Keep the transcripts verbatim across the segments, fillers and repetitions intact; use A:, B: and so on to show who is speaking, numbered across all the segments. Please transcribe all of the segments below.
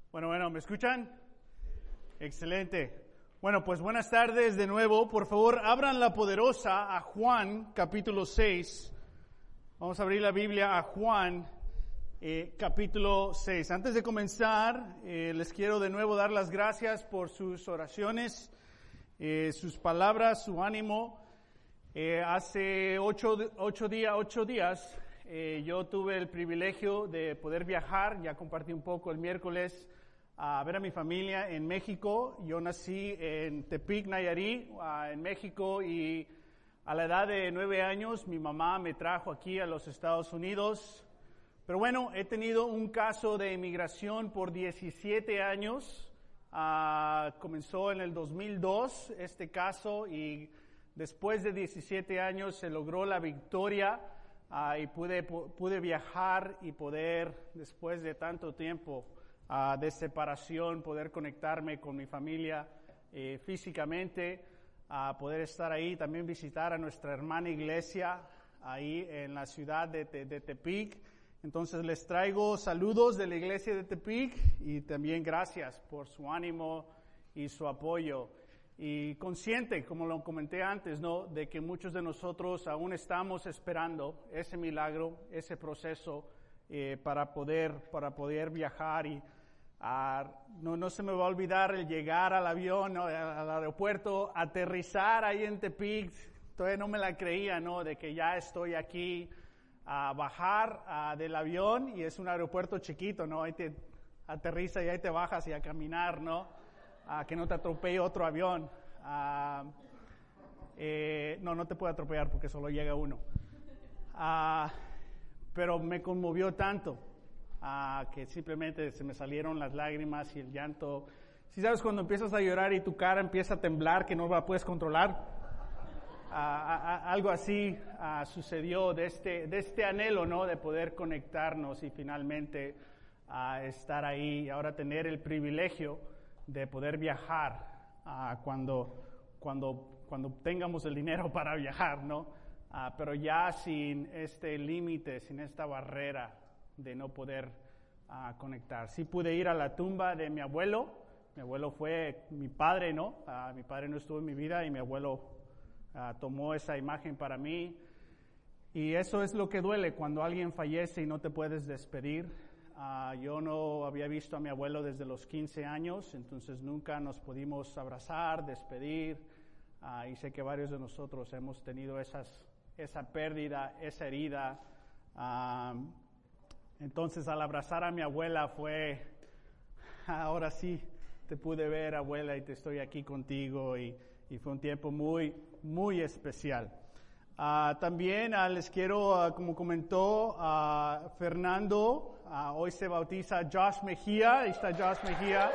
A: Bueno, bueno, ¿me escuchan? Excelente. Bueno, pues buenas tardes de nuevo. Por favor, abran la poderosa a Juan, capítulo seis. Vamos a abrir la Biblia a Juan, eh, capítulo seis. Antes de comenzar, eh, les quiero de nuevo dar las gracias por sus oraciones, eh, sus palabras, su ánimo. Eh, hace ocho, ocho, días, ocho días eh, yo tuve el privilegio de poder viajar. Ya compartí un poco el miércoles a ver a mi familia en México. Yo nací en Tepic, Nayarit, uh, en México, y a la edad de nueve años mi mamá me trajo aquí a los Estados Unidos. Pero bueno, he tenido un caso de inmigración por diecisiete años. Uh, comenzó en el dos mil dos este caso, y después de diecisiete años se logró la victoria, uh, y pude, pude viajar y poder, después de tanto tiempo Uh, de separación, poder conectarme con mi familia eh, físicamente, uh, poder estar ahí, también visitar a nuestra hermana iglesia ahí en la ciudad de, de, de Tepic. Entonces les traigo saludos de la iglesia de Tepic y también gracias por su ánimo y su apoyo. Y consciente, como lo comenté antes, ¿no?, de que muchos de nosotros aún estamos esperando ese milagro, ese proceso eh, para poder, para poder viajar. Y Uh, no, no se me va a olvidar el llegar al avión, ¿no?, al aeropuerto, aterrizar ahí en Tepic. Todavía no me la creía, ¿no?, de que ya estoy aquí, a uh, bajar uh, del avión, y es un aeropuerto chiquito, ¿no? Ahí te aterriza y ahí te bajas y a caminar, ¿no? Uh, que no te atropelle otro avión. Uh, eh, no, no te puede atropellar porque solo llega uno. Uh, pero me conmovió tanto. Ah, que simplemente se me salieron las lágrimas y el llanto. Si sabes cuando empiezas a llorar y tu cara empieza a temblar, que no la puedes controlar, ah, ah, algo así ah, sucedió de este, de este anhelo, ¿no?, de poder conectarnos y finalmente ah, estar ahí, y ahora tener el privilegio de poder viajar ah, cuando, cuando, cuando tengamos el dinero para viajar, ¿no? Ah, pero ya sin este límite, sin esta barrera de no poder uh, conectar. Sí pude ir a la tumba de mi abuelo. Mi abuelo fue mi padre, ¿no? Uh, mi padre no estuvo en mi vida y mi abuelo uh, tomó esa imagen para mí. Y eso es lo que duele cuando alguien fallece y no te puedes despedir. Uh, yo no había visto a mi abuelo desde los quince años, entonces nunca nos pudimos abrazar, despedir. Uh, y sé que varios de nosotros hemos tenido esas, esa pérdida, esa herida. Uh, Entonces, al abrazar a mi abuela fue, ahora sí, te pude ver, abuela, y te estoy aquí contigo, y, y fue un tiempo muy, muy especial. Uh, también uh, les quiero, uh, como comentó uh, Fernando, uh, hoy se bautiza Josh Mejía. Ahí está Josh Mejía.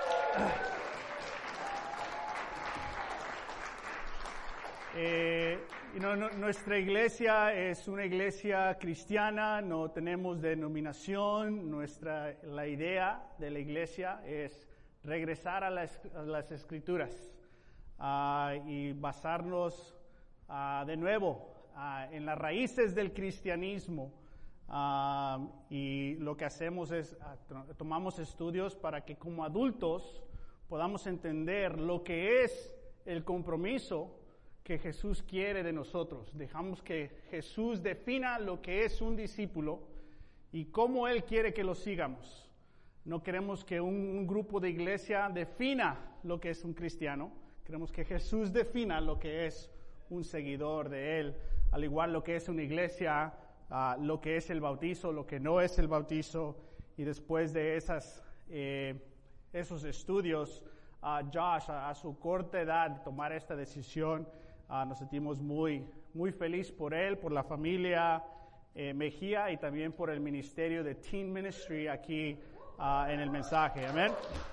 A: Eh, you know, no, nuestra iglesia es una iglesia cristiana, no tenemos denominación. Nuestra, la idea de la iglesia es regresar a las, a las escrituras uh, y basarnos uh, de nuevo uh, en las raíces del cristianismo. Uh, y lo que hacemos es uh, tomamos estudios para que como adultos podamos entender lo que es el compromiso que Jesús quiere de nosotros. Dejamos que Jesús defina lo que es un discípulo y cómo Él quiere que lo sigamos. No queremos que un, un grupo de iglesia defina lo que es un cristiano. Queremos que Jesús defina lo que es un seguidor de Él, al igual lo que es una iglesia, uh, lo que es el bautizo, lo que no es el bautizo. Y después de esas, eh, esos estudios, uh, Josh, a, a su corta edad, tomar esta decisión, Uh, nos sentimos muy, muy feliz por él, por la familia eh, Mejía, y también por el ministerio de Teen Ministry aquí uh, en el mensaje. Amén.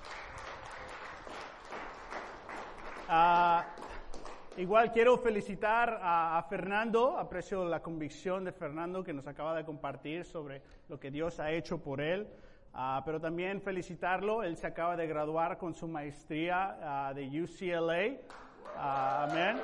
A: Uh, igual quiero felicitar a, a Fernando. Aprecio la convicción de Fernando que nos acaba de compartir sobre lo que Dios ha hecho por él. Uh, pero también felicitarlo. Él se acaba de graduar con su maestría uh, de U C L A. Uh, amén.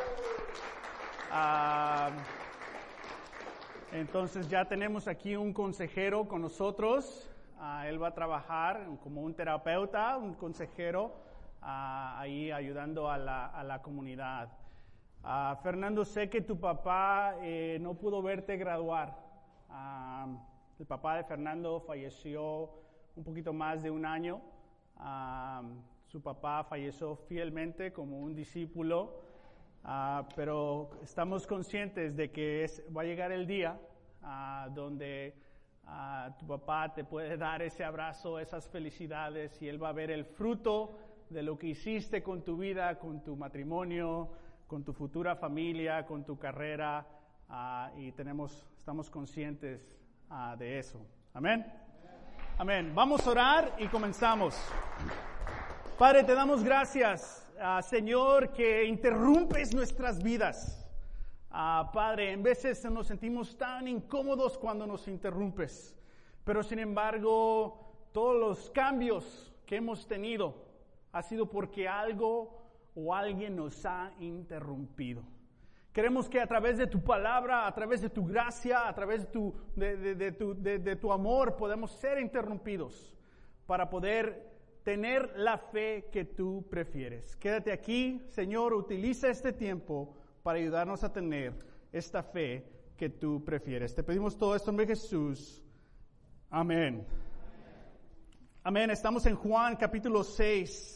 A: Uh, entonces ya tenemos aquí un consejero con nosotros. Uh, él va a trabajar como un terapeuta, un consejero, uh, ahí ayudando a la, a la comunidad. Uh, Fernando, sé que tu papá eh, no pudo verte graduar. Uh, el papá de Fernando falleció un poquito más de un año. Uh, su papá falleció fielmente como un discípulo, uh, pero estamos conscientes de que es, va a llegar el día uh, donde uh, tu papá te puede dar ese abrazo, esas felicidades, y él va a ver el fruto de lo que hiciste con tu vida, con tu matrimonio, con tu futura familia, con tu carrera, uh, y tenemos, estamos conscientes uh, de eso. Amén. Amén. Vamos a orar y comenzamos. Padre, te damos gracias, uh, Señor, que interrumpes nuestras vidas. Uh, Padre, en veces nos sentimos tan incómodos cuando nos interrumpes, pero sin embargo, todos los cambios que hemos tenido ha sido porque algo o alguien nos ha interrumpido. Queremos que a través de tu palabra, a través de tu gracia, a través de tu, de, de, de tu, de, de tu amor, podemos ser interrumpidos para poder tener la fe que tú prefieres. Quédate aquí, Señor, utiliza este tiempo para ayudarnos a tener esta fe que tú prefieres. Te pedimos todo esto en nombre de Jesús. Amén. Amén. Estamos en Juan capítulo seis.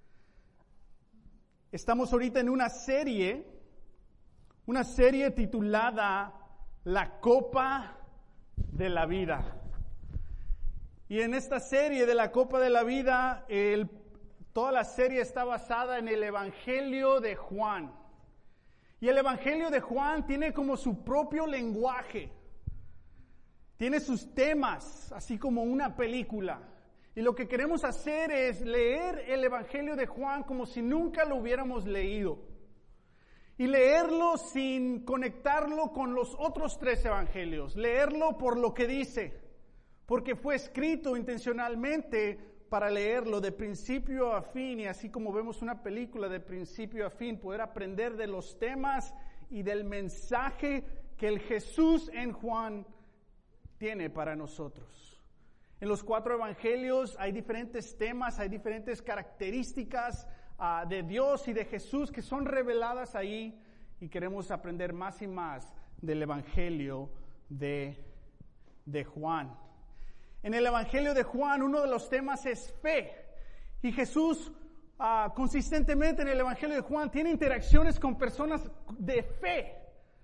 A: Estamos ahorita en una serie, una serie titulada La Copa de la Vida. Y en esta serie de la Copa de la Vida, el, toda la serie está basada en el Evangelio de Juan. Y el Evangelio de Juan tiene como su propio lenguaje, tiene sus temas, así como una película. Y lo que queremos hacer es leer el Evangelio de Juan como si nunca lo hubiéramos leído. Y leerlo sin conectarlo con los otros tres evangelios. Leerlo por lo que dice. Porque fue escrito intencionalmente para leerlo de principio a fin. Y así como vemos una película de principio a fin, poder aprender de los temas y del mensaje que el Jesús en Juan tiene para nosotros. En los cuatro evangelios hay diferentes temas, hay diferentes características uh, de Dios y de Jesús que son reveladas ahí, y queremos aprender más y más del evangelio de, de Juan. En el evangelio de Juan uno de los temas es fe, y Jesús uh, consistentemente en el evangelio de Juan tiene interacciones con personas de fe.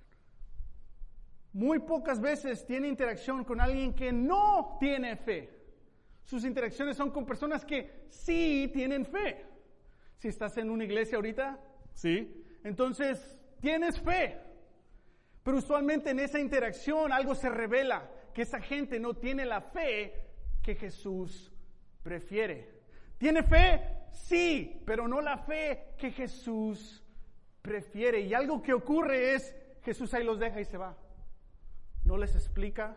A: Muy pocas veces tiene interacción con alguien que no tiene fe. Sus interacciones son con personas que sí tienen fe. Si estás en una iglesia ahorita, sí, entonces tienes fe. Pero usualmente en esa interacción algo se revela, que esa gente no tiene la fe que Jesús prefiere. ¿Tiene fe? Sí, pero no la fe que Jesús prefiere. Y algo que ocurre es, Jesús ahí los deja y se va. No les explica,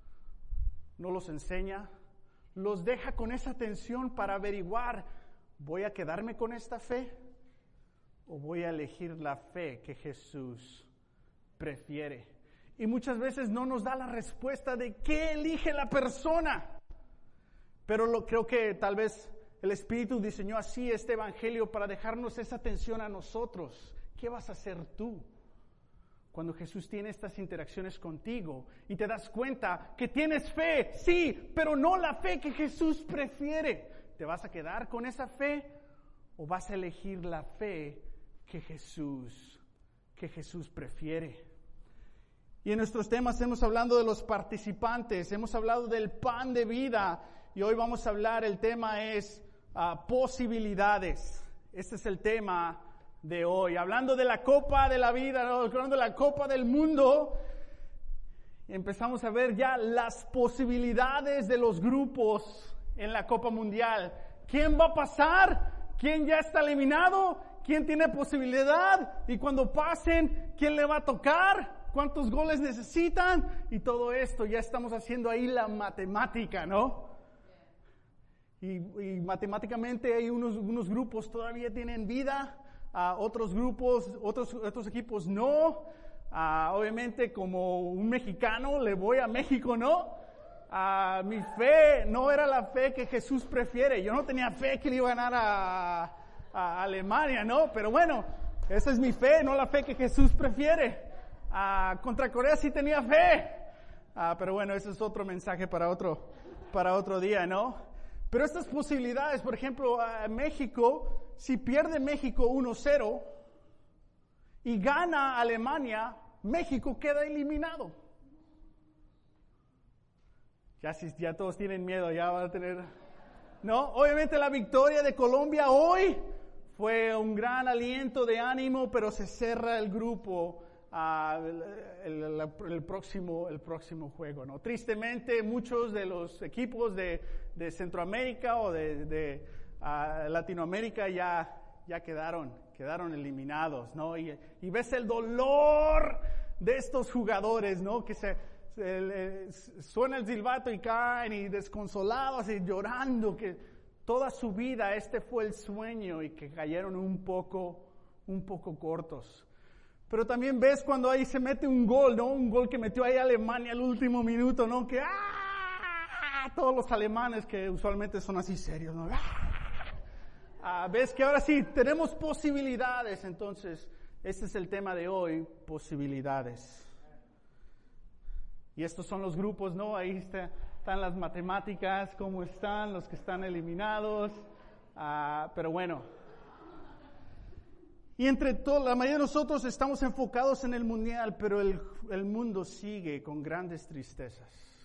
A: no los enseña, los deja con esa tensión para averiguar, ¿voy a quedarme con esta fe o voy a elegir la fe que Jesús prefiere? Y muchas veces no nos da la respuesta de qué elige la persona, pero lo, creo que tal vez el Espíritu diseñó así este evangelio para dejarnos esa tensión a nosotros. ¿Qué vas a hacer tú cuando Jesús tiene estas interacciones contigo y te das cuenta que tienes fe? Sí, pero no la fe que Jesús prefiere. ¿Te vas a quedar con esa fe o vas a elegir la fe que Jesús, que Jesús prefiere? Y en nuestros temas hemos hablado de los participantes, hemos hablado del pan de vida, y hoy vamos a hablar, el tema es uh, posibilidades. Este es el tema de hoy, hablando de la copa de la vida, ¿no? Hablando de la copa del mundo. Empezamos a ver ya las posibilidades de los grupos en la Copa Mundial. ¿Quién va a pasar? ¿Quién ya está eliminado? ¿Quién tiene posibilidad? Y cuando pasen, ¿quién le va a tocar? ¿Cuántos goles necesitan? Y todo esto, ya estamos haciendo ahí la matemática, ¿no? Y, y matemáticamente hay unos, unos grupos todavía tienen vida. Uh, otros grupos, otros, otros equipos no. Uh, obviamente como un mexicano le voy a México, ¿no? Uh, mi fe no era la fe que Jesús prefiere. Yo no tenía fe que le iba a ganar a, a Alemania, ¿no? Pero bueno, esa es mi fe, no la fe que Jesús prefiere. Uh, contra Corea sí tenía fe. Uh, pero bueno, ese es otro mensaje para otro, para otro día, ¿no? Pero estas posibilidades, por ejemplo, uh, México, si pierde México uno cero y gana Alemania, México queda eliminado. Ya, si, ya todos tienen miedo, ya van a tener... No, obviamente la victoria de Colombia hoy fue un gran aliento de ánimo, pero se cierra el grupo uh, el, el, el, el, próximo, el próximo juego, ¿no? Tristemente, muchos de los equipos de, de Centroamérica o de, de uh, Latinoamérica ya, ya quedaron, quedaron eliminados, ¿no? Y, y ves el dolor de estos jugadores, ¿no? Que se... El, el, suena el silbato y caen y desconsolados y llorando que toda su vida este fue el sueño y que cayeron un poco, un poco cortos. Pero también ves cuando ahí se mete un gol, ¿no? Un gol que metió ahí Alemania al último minuto, ¿no? Que ¡ah! Todos los alemanes que usualmente son así serios, ¿no? ¡Ah! Ves que ahora sí tenemos posibilidades. Entonces, este es el tema de hoy, posibilidades. Y estos son los grupos, ¿no? Ahí está, están las matemáticas, cómo están, los que están eliminados. Uh, pero bueno. Y entre todos, la mayoría de nosotros estamos enfocados en el mundial, pero el, el mundo sigue con grandes tristezas.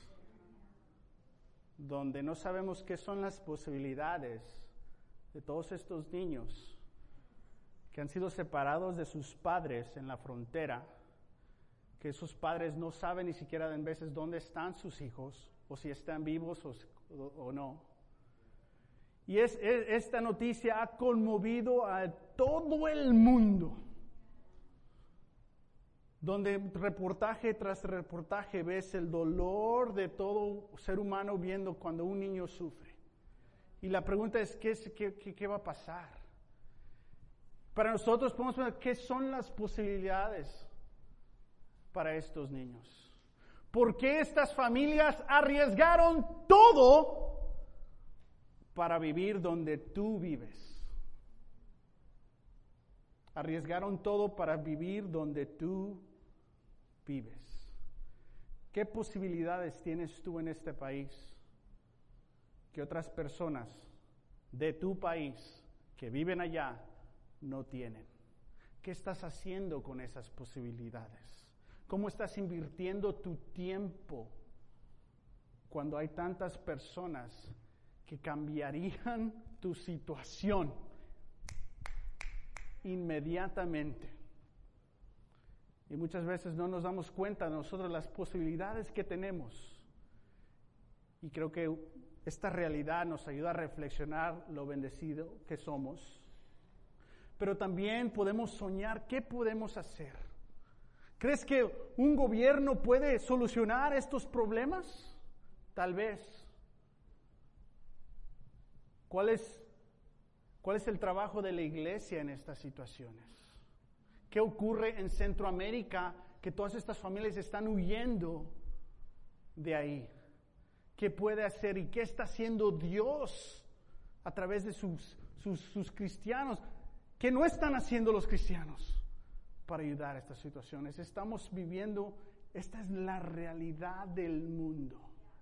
A: Donde no sabemos qué son las posibilidades de todos estos niños que han sido separados de sus padres en la frontera, que sus padres no saben ni siquiera en veces dónde están sus hijos, o si están vivos o, o, o no. Y es, es, esta noticia ha conmovido a todo el mundo, donde reportaje tras reportaje ves el dolor de todo ser humano viendo cuando un niño sufre. Y la pregunta es, ¿qué, qué, qué, qué va a pasar? Para nosotros podemos pensar, ¿qué son las posibilidades para estos niños? ¿Por qué estas familias arriesgaron todo para vivir donde tú vives? Arriesgaron todo para vivir donde tú vives. ¿Qué posibilidades tienes tú en este país que otras personas de tu país que viven allá no tienen? ¿Qué estás haciendo con esas posibilidades? ¿Cómo estás invirtiendo tu tiempo cuando hay tantas personas que cambiarían tu situación inmediatamente? Y muchas veces no nos damos cuenta de nosotros las posibilidades que tenemos. Y creo que esta realidad nos ayuda a reflexionar lo bendecido que somos. Pero también podemos soñar qué podemos hacer. ¿Crees que un gobierno puede solucionar estos problemas? Tal vez. ¿Cuál es, cuál es el trabajo de la iglesia en estas situaciones? ¿Qué ocurre en Centroamérica que todas estas familias están huyendo de ahí? ¿Qué puede hacer y qué está haciendo Dios a través de sus, sus, sus cristianos? ¿Qué no están haciendo los cristianos para ayudar a estas situaciones? Estamos viviendo, esta es la realidad del mundo.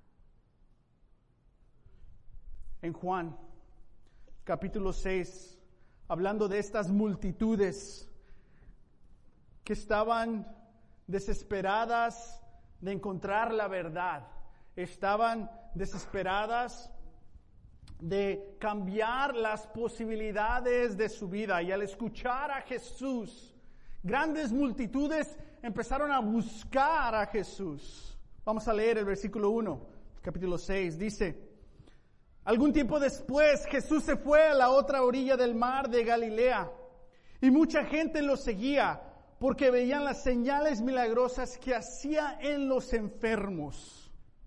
A: En Juan, capítulo seis, hablando de estas multitudes que estaban desesperadas de encontrar la verdad, estaban desesperadas de cambiar las posibilidades de su vida, y al escuchar a Jesús, grandes multitudes empezaron a buscar a Jesús. Vamos a leer el versículo uno, capítulo seis, dice: algún tiempo después Jesús se fue a la otra orilla del mar de Galilea, y mucha gente lo seguía, porque veían las señales milagrosas que hacía en los enfermos.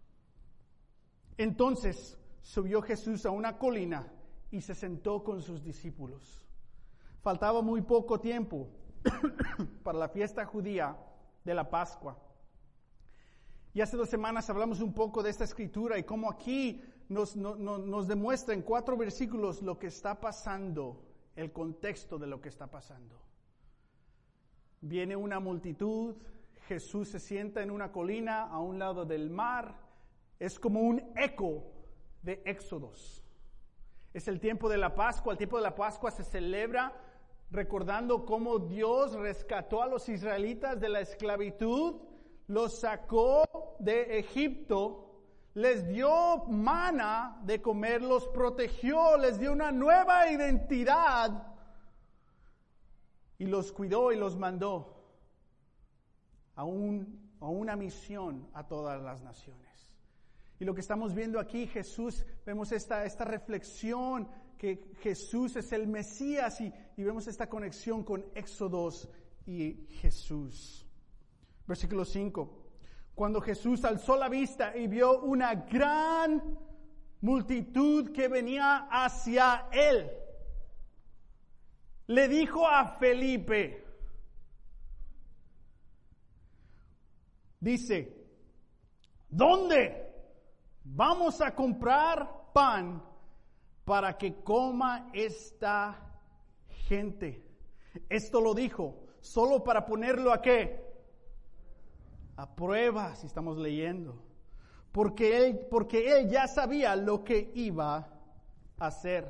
A: Entonces subió Jesús a una colina y se sentó con sus discípulos. Faltaba muy poco tiempo para la fiesta judía de la Pascua. Y hace dos semanas hablamos un poco de esta escritura y cómo aquí nos, no, no, nos demuestra en cuatro versículos lo que está pasando, el contexto de lo que está pasando. Viene una multitud, Jesús se sienta en una colina a un lado del mar, es como un eco de Éxodos. Es el tiempo de la Pascua, el tiempo de la Pascua se celebra recordando cómo Dios rescató a los israelitas de la esclavitud, los sacó de Egipto, les dio maná de comer, los protegió, les dio una nueva identidad y los cuidó y los mandó a, un, a una misión a todas las naciones. Y lo que estamos viendo aquí, Jesús, vemos esta, esta reflexión que Jesús es el Mesías y, y vemos esta conexión con Éxodos y Jesús. Versículo cinco. Cuando Jesús alzó la vista y vio una gran multitud que venía hacia él, le dijo a Felipe, dice, ¿dónde vamos a comprar pan para que coma esta gente? Esto lo dijo solo para ponerlo a qué? A prueba, si estamos leyendo. Porque él, porque él ya sabía lo que iba a hacer.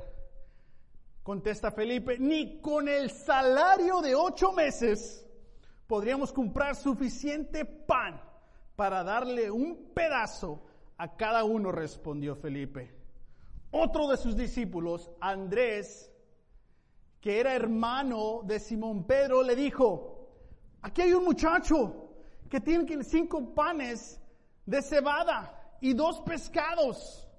A: Contesta Felipe, ni con el salario de ocho meses podríamos comprar suficiente pan para darle un pedazo a cada uno, respondió Felipe. Otro de sus discípulos, Andrés, que era hermano de Simón Pedro, le dijo, aquí hay un muchacho que tiene cinco panes de cebada y dos pescados.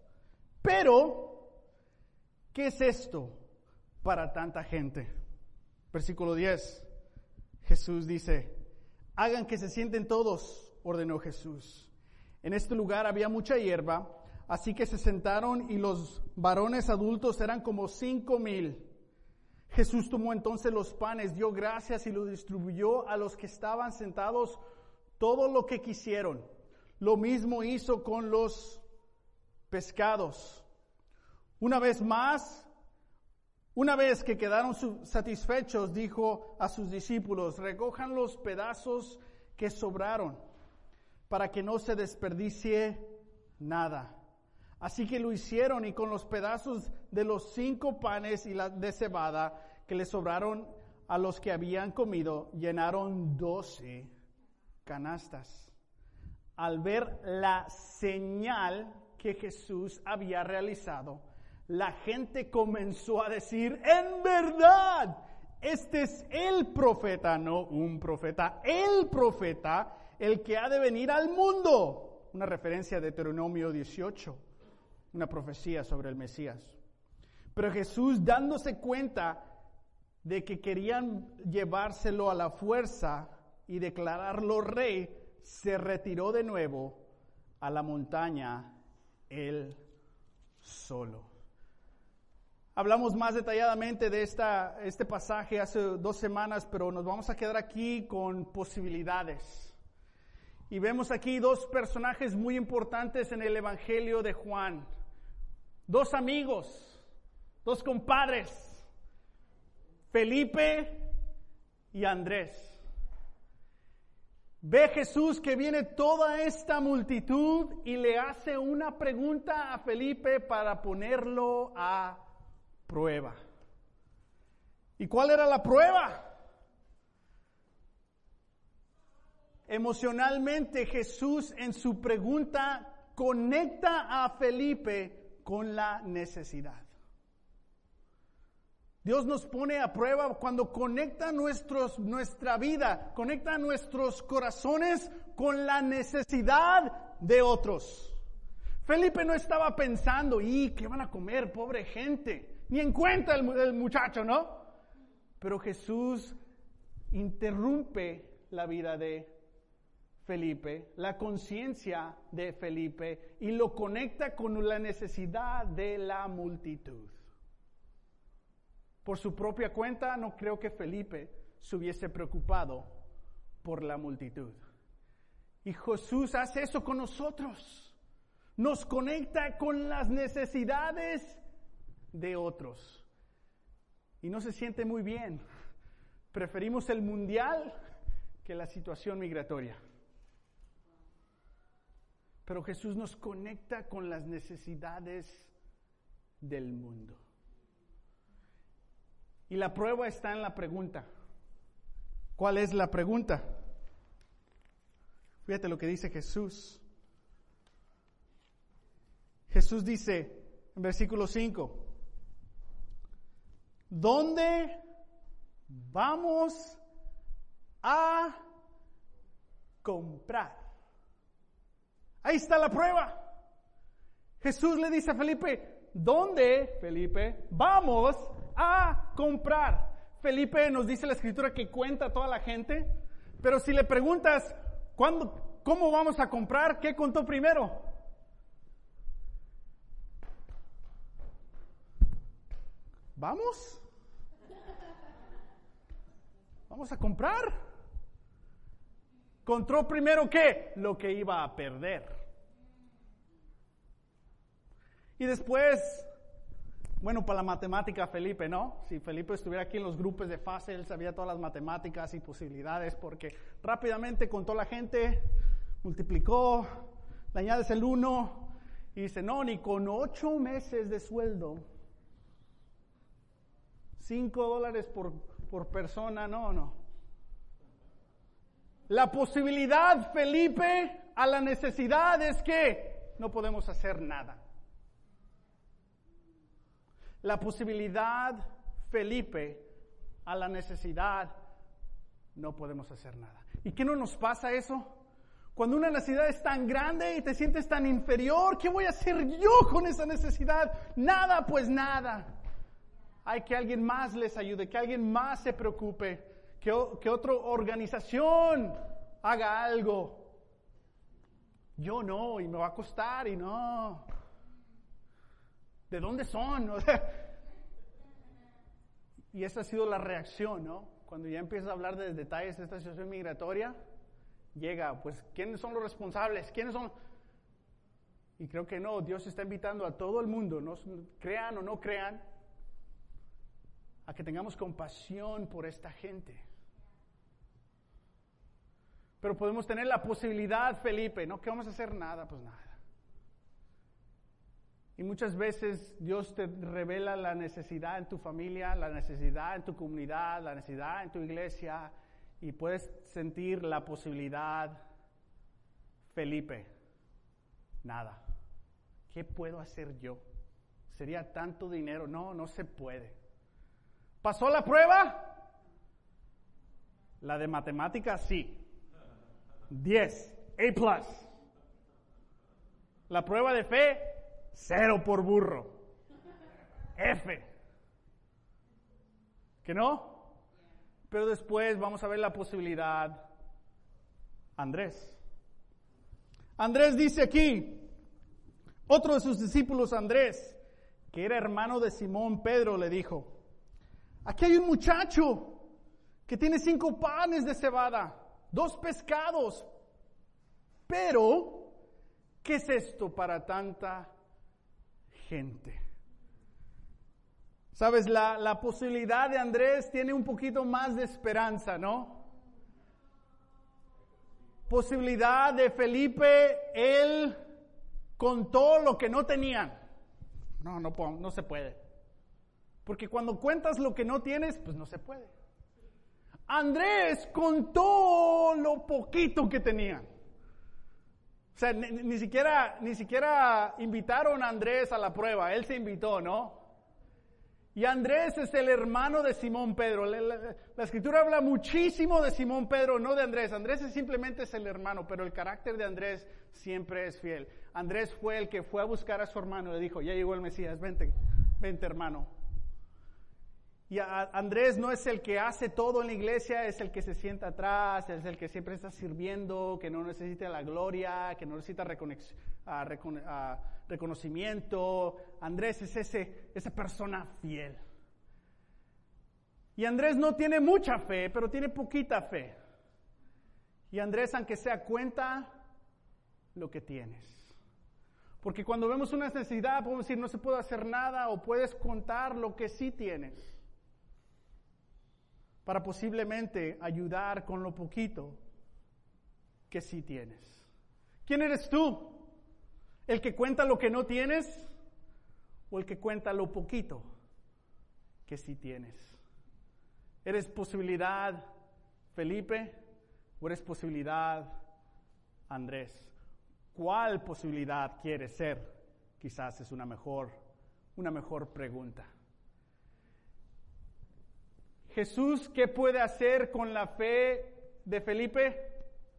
A: Pero, ¿qué es esto para tanta gente? Versículo diez. Jesús dice, hagan que se sienten todos, ordenó Jesús. En este lugar había mucha hierba, así que se sentaron y los varones adultos eran como cinco mil. Jesús tomó entonces los panes, dio gracias y los distribuyó a los que estaban sentados todo lo que quisieron. Lo mismo hizo con los pescados. Una vez más, una vez que quedaron satisfechos, dijo a sus discípulos, recojan los pedazos que sobraron para que no se desperdicie nada. Así que lo hicieron y con los pedazos de los cinco panes y la de cebada que le sobraron a los que habían comido, llenaron doce canastas. Al ver la señal que Jesús había realizado, la gente comenzó a decir, en verdad, este es el profeta, no un profeta, el profeta, el que ha de venir al mundo. Una referencia de Deuteronomio dieciocho, una profecía sobre el Mesías. Pero Jesús, dándose cuenta de que querían llevárselo a la fuerza y declararlo rey, se retiró de nuevo a la montaña él solo. Hablamos más detalladamente de esta, este pasaje hace dos semanas, pero nos vamos a quedar aquí con posibilidades. Y vemos aquí dos personajes muy importantes en el Evangelio de Juan. Dos amigos, dos compadres, Felipe y Andrés. Ve Jesús que viene toda esta multitud y le hace una pregunta a Felipe para ponerlo a prueba. ¿Y cuál era la prueba? Emocionalmente Jesús en su pregunta conecta a Felipe con la necesidad. Dios nos pone a prueba cuando conecta nuestros, nuestra vida, conecta nuestros corazones con la necesidad de otros. Felipe no estaba pensando, ¿y qué van a comer, pobre gente? Ni en cuenta el, el muchacho, ¿no? Pero Jesús interrumpe la vida de Felipe, la conciencia de Felipe, y lo conecta con la necesidad de la multitud. Por su propia cuenta, no creo que Felipe se hubiese preocupado por la multitud. Y Jesús hace eso con nosotros. Nos conecta con las necesidades de otros. Y no se siente muy bien. Preferimos el mundial que la situación migratoria. Pero Jesús nos conecta con las necesidades del mundo. Y la prueba está en la pregunta. ¿Cuál es la pregunta? Fíjate lo que dice Jesús. Jesús dice en versículo cinco, ¿dónde vamos a comprar? Ahí está la prueba. Jesús le dice a Felipe, ¿dónde, Felipe, vamos a comprar? Felipe, nos dice la Escritura que cuenta a toda la gente, pero si le preguntas, ¿cuándo, cómo vamos a comprar? ¿Qué contó primero? ¿Vamos? ¿Vamos a comprar? ¿Contó primero qué? Lo que iba a perder. Y después, bueno, para la matemática Felipe, ¿no? Si Felipe estuviera aquí en los grupos de fase, él sabía todas las matemáticas y posibilidades, porque rápidamente contó la gente, multiplicó, le añades el uno, y dice, no, ni con ocho meses de sueldo, cinco dólares por, por persona, no, no. La posibilidad, Felipe, a la necesidad es que no podemos hacer nada. La posibilidad, Felipe, a la necesidad, no podemos hacer nada. ¿Y qué no nos pasa eso? Cuando una necesidad es tan grande y te sientes tan inferior, ¿qué voy a hacer yo con esa necesidad? Nada, pues nada. Hay que alguien más les ayude, que alguien más se preocupe, que, que otra organización haga algo. Yo no, y me va a costar, y no. ¿De dónde son? O sea, y esa ha sido la reacción, ¿no? Cuando ya empiezas a hablar de detalles de esta situación migratoria, llega, pues, ¿quiénes son los responsables? ¿Quiénes son? Y creo que no, Dios está invitando a todo el mundo, ¿no? Crean o no crean, a que tengamos compasión por esta gente. Pero podemos tener la posibilidad, Felipe, ¿no? ¿Qué vamos a hacer? Nada, pues nada. Y muchas veces Dios te revela la necesidad en tu familia, la necesidad en tu comunidad, la necesidad en tu iglesia, y puedes sentir la posibilidad, Felipe, nada. ¿Qué puedo hacer yo? ¿Sería tanto dinero? No, no se puede. ¿Pasó la prueba? La de matemáticas, sí. diez, A plus. La prueba de fe, cero por burro. F. ¿Que no? Pero después vamos a ver la posibilidad. Andrés. Andrés dice aquí, otro de sus discípulos, Andrés, que era hermano de Simón Pedro, le dijo, aquí hay un muchacho que tiene cinco panes de cebada, dos pescados, pero, ¿qué es esto para tanta gente? Sabes, la, la posibilidad de Andrés tiene un poquito más de esperanza, ¿no? Posibilidad de Felipe, él contó lo que no tenían. No, no, no se puede. Porque cuando cuentas lo que no tienes, pues no se puede. Andrés contó lo poquito que tenían. O sea, ni, ni siquiera, ni siquiera invitaron a Andrés a la prueba, él se invitó, ¿no? Y Andrés es el hermano de Simón Pedro. La, la, la Escritura habla muchísimo de Simón Pedro, no de Andrés. Andrés es simplemente es el hermano, pero el carácter de Andrés siempre es fiel. Andrés fue el que fue a buscar a su hermano y le dijo, ya llegó el Mesías, vente, vente hermano. Y a, Andrés no es el que hace todo en la iglesia, es el que se sienta atrás, es el que siempre está sirviendo, que no necesita la gloria, que no necesita reconex, uh, recon, uh, reconocimiento. Andrés es ese, esa persona fiel. Y Andrés no tiene mucha fe, pero tiene poquita fe. Y Andrés, aunque sea, cuenta lo que tienes. Porque cuando vemos una necesidad podemos decir no se puede hacer nada, o puedes contar lo que sí tienes para posiblemente ayudar con lo poquito que sí tienes. ¿Quién eres tú? ¿El que cuenta lo que no tienes o el que cuenta lo poquito que sí tienes? ¿Eres posibilidad Felipe o eres posibilidad Andrés? ¿Cuál posibilidad quieres ser? Quizás es una mejor, una mejor pregunta. Jesús, ¿qué puede hacer con la fe de Felipe?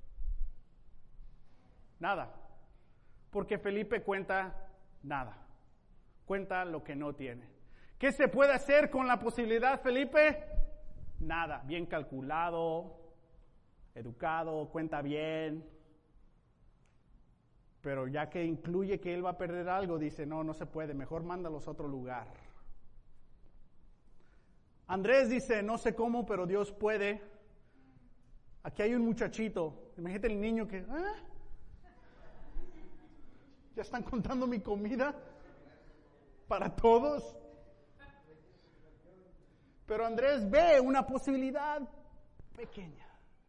A: Nada. Porque Felipe cuenta nada. Cuenta lo que no tiene. ¿Qué se puede hacer con la posibilidad, Felipe? Nada. Bien calculado, educado, cuenta bien. Pero ya que incluye que él va a perder algo, dice, no, no se puede, mejor mándalos a otro lugar. Andrés dice, no sé cómo, pero Dios puede. Aquí hay un muchachito, imagínate el niño que, ¿ah? ¿Ya están contando mi comida para todos? Pero Andrés ve una posibilidad pequeña.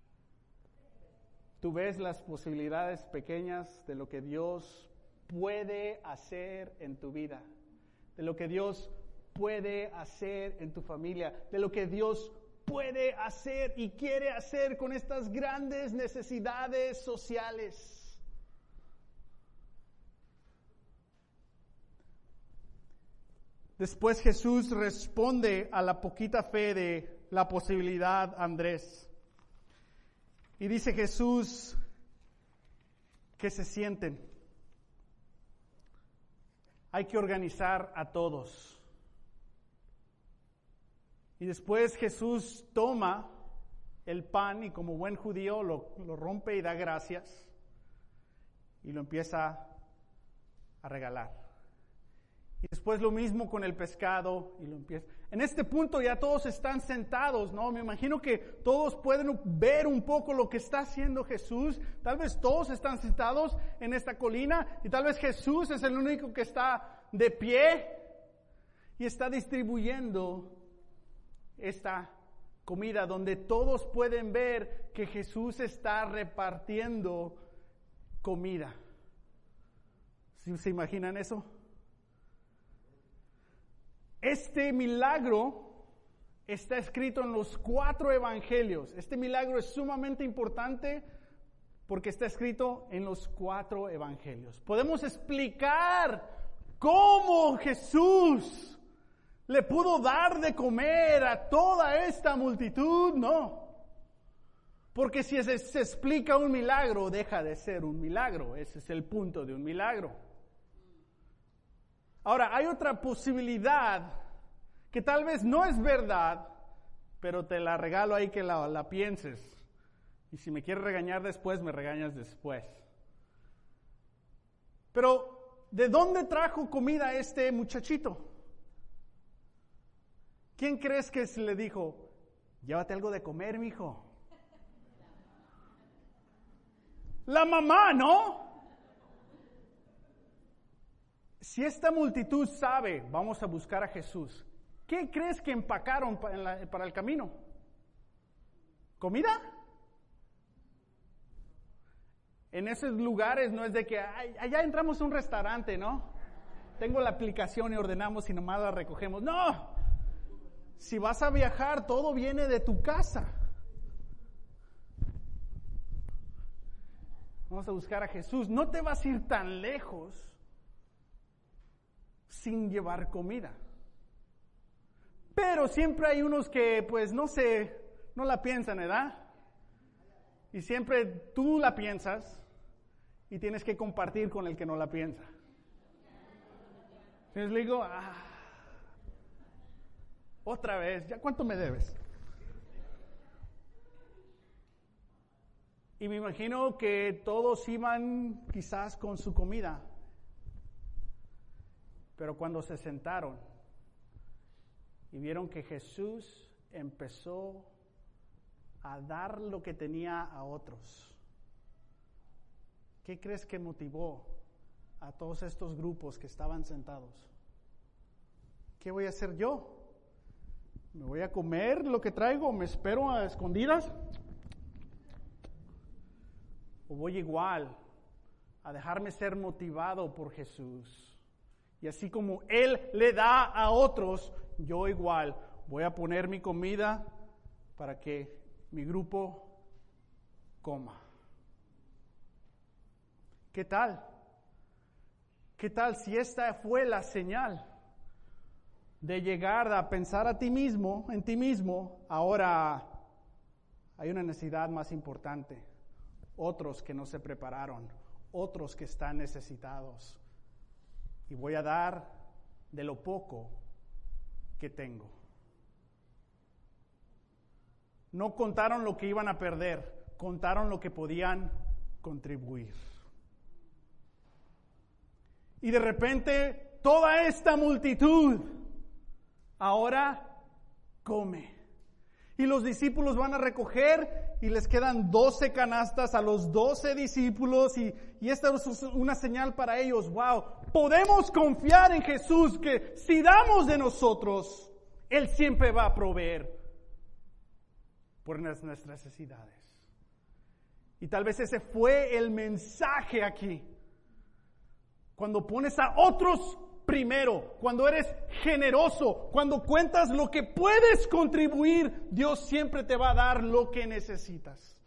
A: Tú ves las posibilidades pequeñas de lo que Dios puede hacer en tu vida, de lo que Dios puede hacer en tu familia, de lo que Dios puede hacer y quiere hacer con estas grandes necesidades sociales. Después Jesús responde a la poquita fe de la posibilidad Andrés. Y dice Jesús que se sienten. Hay que organizar a todos. Y después Jesús toma el pan y como buen judío lo, lo rompe y da gracias. Y lo empieza a regalar. Y después lo mismo con el pescado y lo empieza. En este punto ya todos están sentados, ¿no? Me imagino que todos pueden ver un poco lo que está haciendo Jesús. Tal vez todos están sentados en esta colina y tal vez Jesús es el único que está de pie y está distribuyendo esta comida donde todos pueden ver que Jesús está repartiendo comida. ¿Sí se imaginan eso? Este milagro está escrito en los cuatro evangelios. Este milagro es sumamente importante porque está escrito en los cuatro evangelios. Podemos explicar cómo Jesús le pudo dar de comer a toda esta multitud, no. Porque si se, se explica un milagro, deja de ser un milagro. Ese es el punto de un milagro. Ahora, hay otra posibilidad que tal vez no es verdad, pero te la regalo ahí que la, la pienses. Y si me quieres regañar después, me regañas después. Pero, ¿de dónde trajo comida este muchachito? ¿Quién crees que se le dijo, llévate algo de comer, mijo? La mamá, ¿no? Si esta multitud sabe, vamos a buscar a Jesús, ¿qué crees que empacaron para, la, para el camino? ¿Comida? En esos lugares no es de que, ay, allá entramos a un restaurante, ¿no? Tengo la aplicación y ordenamos y nomás la recogemos. ¡No! Si vas a viajar, todo viene de tu casa. Vamos a buscar a Jesús. No te vas a ir tan lejos sin llevar comida. Pero siempre hay unos que, pues, no sé, no la piensan, ¿verdad? Y siempre tú la piensas y tienes que compartir con el que no la piensa. Entonces le digo, ah, otra vez, ¿ya cuánto me debes? Y me imagino que todos iban quizás con su comida. Pero cuando se sentaron y vieron que Jesús empezó a dar lo que tenía a otros, ¿qué crees que motivó a todos estos grupos que estaban sentados? ¿Qué voy a hacer yo? ¿Me voy a comer lo que traigo? ¿Me espero a escondidas? ¿O voy igual a dejarme ser motivado por Jesús? Y así como Él le da a otros, yo igual voy a poner mi comida para que mi grupo coma. ¿Qué tal? ¿Qué tal si esta fue la señal de llegar a pensar a ti mismo, en ti mismo? Ahora hay una necesidad más importante. Otros que no se prepararon, otros que están necesitados. Y voy a dar de lo poco que tengo. No contaron lo que iban a perder, contaron lo que podían contribuir. Y de repente, toda esta multitud ahora come. Y los discípulos van a recoger y les quedan doce canastas a los doce discípulos y, y esta es una señal para ellos. Wow, podemos confiar en Jesús que si damos de nosotros, Él siempre va a proveer por nuestras necesidades. Y tal vez ese fue el mensaje aquí. Cuando pones a otros primero, cuando eres generoso, cuando cuentas lo que puedes contribuir, Dios siempre te va a dar lo que necesitas.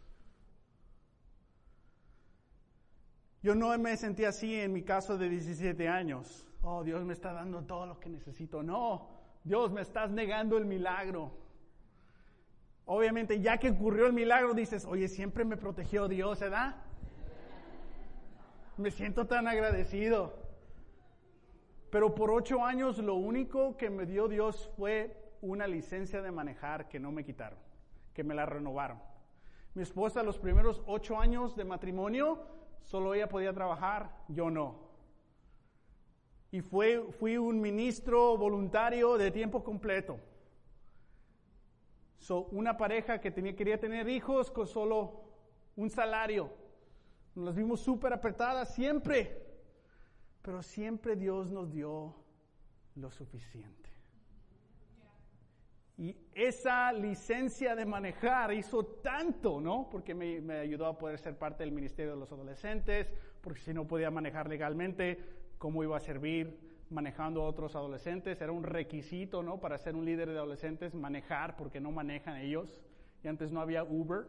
A: Yo no me sentí así en mi caso de diecisiete años. Oh, Dios me está dando todo lo que necesito. No, Dios me estás negando el milagro. Obviamente, ya que ocurrió el milagro, dices, oye, siempre me protegió Dios, ¿verdad? Me siento tan agradecido. Pero por ocho años lo único que me dio Dios fue una licencia de manejar que no me quitaron, que me la renovaron. Mi esposa los primeros ocho años de matrimonio, solo ella podía trabajar, yo no. Y fue, fui un ministro voluntario de tiempo completo. So, una pareja que tenía, quería tener hijos con solo un salario. Nos las vimos súper apretadas siempre. Pero siempre Dios nos dio lo suficiente. Y esa licencia de manejar hizo tanto, ¿no? Porque me, me ayudó a poder ser parte del ministerio de los adolescentes, porque si no podía manejar legalmente, ¿cómo iba a servir manejando a otros adolescentes? Era un requisito, ¿no? Para ser un líder de adolescentes, manejar, porque no manejan ellos. Y antes no había Uber.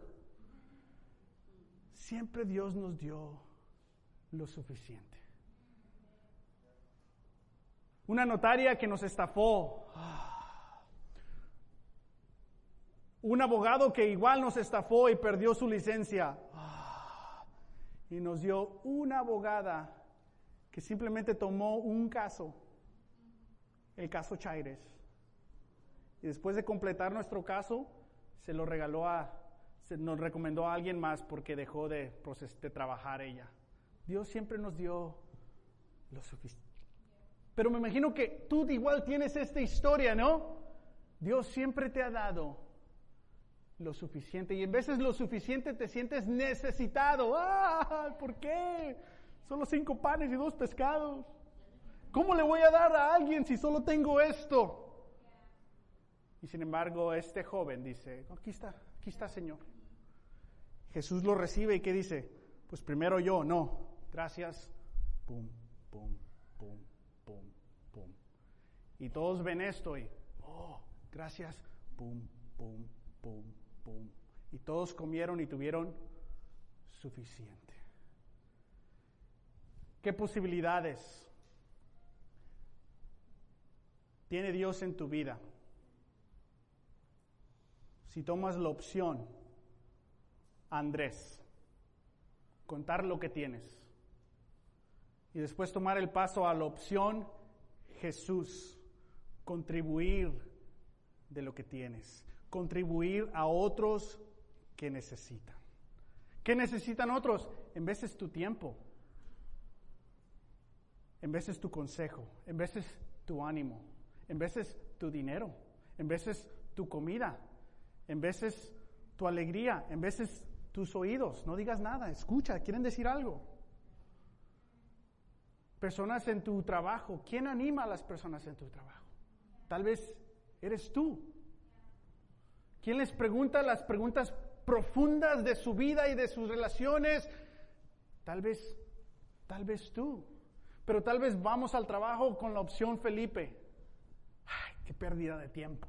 A: Siempre Dios nos dio lo suficiente. Una notaria que nos estafó. Un abogado que igual nos estafó y perdió su licencia. Y nos dio una abogada que simplemente tomó un caso, el caso Chaires. Y después de completar nuestro caso, se lo regaló a, se nos recomendó a alguien más porque dejó de, de trabajar ella. Dios siempre nos dio lo suficiente. Pero me imagino que tú igual tienes esta historia, ¿no? Dios siempre te ha dado lo suficiente. Y en veces lo suficiente te sientes necesitado. ¡Ah! ¿Por qué? Solo cinco panes y dos pescados. ¿Cómo le voy a dar a alguien si solo tengo esto? Y sin embargo, este joven dice, aquí está, aquí está, Señor. Jesús lo recibe y ¿qué dice? Pues primero yo, no. Gracias. Pum, pum, pum. Pum, pum. Y todos ven esto y, oh, gracias, pum, pum, pum, pum. Y todos comieron y tuvieron suficiente. ¿Qué posibilidades tiene Dios en tu vida? Si tomas la opción, Andrés, contar lo que tienes. Y después tomar el paso a la opción Jesús, contribuir de lo que tienes, contribuir a otros que necesitan. ¿Qué necesitan otros? En veces tu tiempo, en veces tu consejo, en veces tu ánimo, en veces tu dinero, en veces tu comida, en veces tu alegría, en veces tus oídos. No digas nada, escucha, quieren decir algo. Personas en tu trabajo. ¿Quién anima a las personas en tu trabajo? Tal vez eres tú. ¿Quién les pregunta las preguntas profundas de su vida y de sus relaciones? Tal vez, tal vez tú. Pero tal vez vamos al trabajo con la opción Felipe. Ay, qué pérdida de tiempo.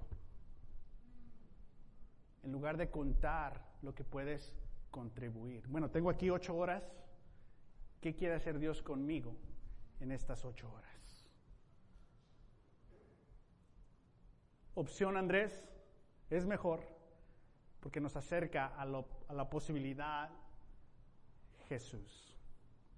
A: En lugar de contar lo que puedes contribuir. Bueno, tengo aquí ocho horas. ¿Qué quiere hacer Dios conmigo en estas ocho horas? Opción Andrés es mejor porque nos acerca a, lo, a la posibilidad Jesús.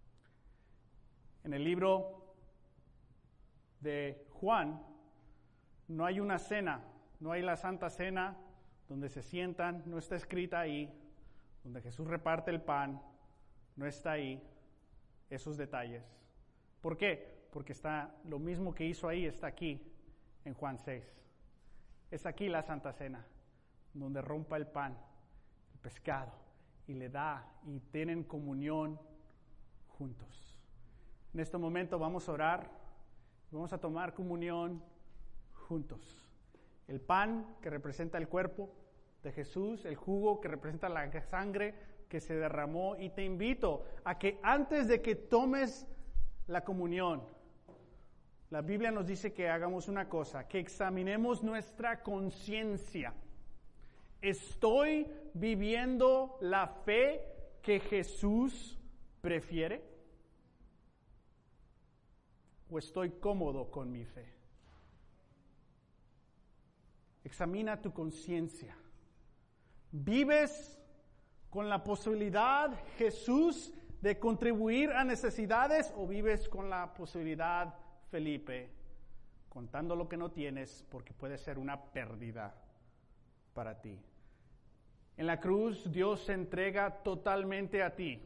A: En el libro de Juan no hay una cena, no hay la Santa Cena donde se sientan, no está escrita ahí, donde Jesús reparte el pan, no está ahí esos detalles. ¿Por qué? Porque está lo mismo que hizo ahí, está aquí en Juan seis. Es aquí la Santa Cena, donde rompa el pan, el pescado, y le da, y tienen comunión juntos. En este momento vamos a orar, vamos a tomar comunión juntos. El pan que representa el cuerpo de Jesús, el jugo que representa la sangre que se derramó, y te invito a que antes de que tomes la comunión, la Biblia nos dice que hagamos una cosa, que examinemos nuestra conciencia. ¿Estoy viviendo la fe que Jesús prefiere? ¿O estoy cómodo con mi fe? Examina tu conciencia. ¿Vives con la posibilidad, Jesús, de contribuir a necesidades, o vives con la posibilidad, Felipe, contando lo que no tienes porque puede ser una pérdida para ti? En la cruz Dios se entrega totalmente a ti.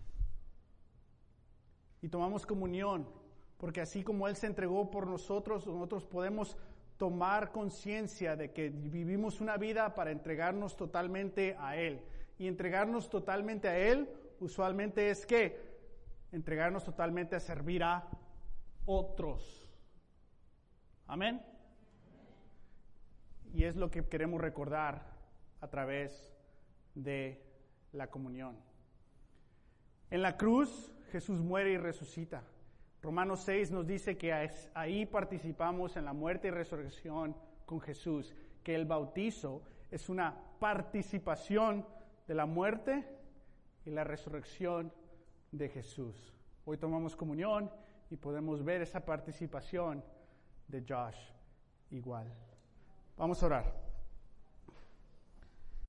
A: Y tomamos comunión, porque así como Él se entregó por nosotros, nosotros podemos tomar conciencia de que vivimos una vida para entregarnos totalmente a Él. Y entregarnos totalmente a Él, usualmente es que entregarnos totalmente a servir a otros. Amén. Y es lo que queremos recordar a través de la comunión. En la cruz, Jesús muere y resucita. Romanos seis nos dice que ahí participamos en la muerte y resurrección con Jesús, que el bautizo es una participación de la muerte y la resurrección de Jesús. Hoy tomamos comunión y podemos ver esa participación de Josh igual. Vamos a orar.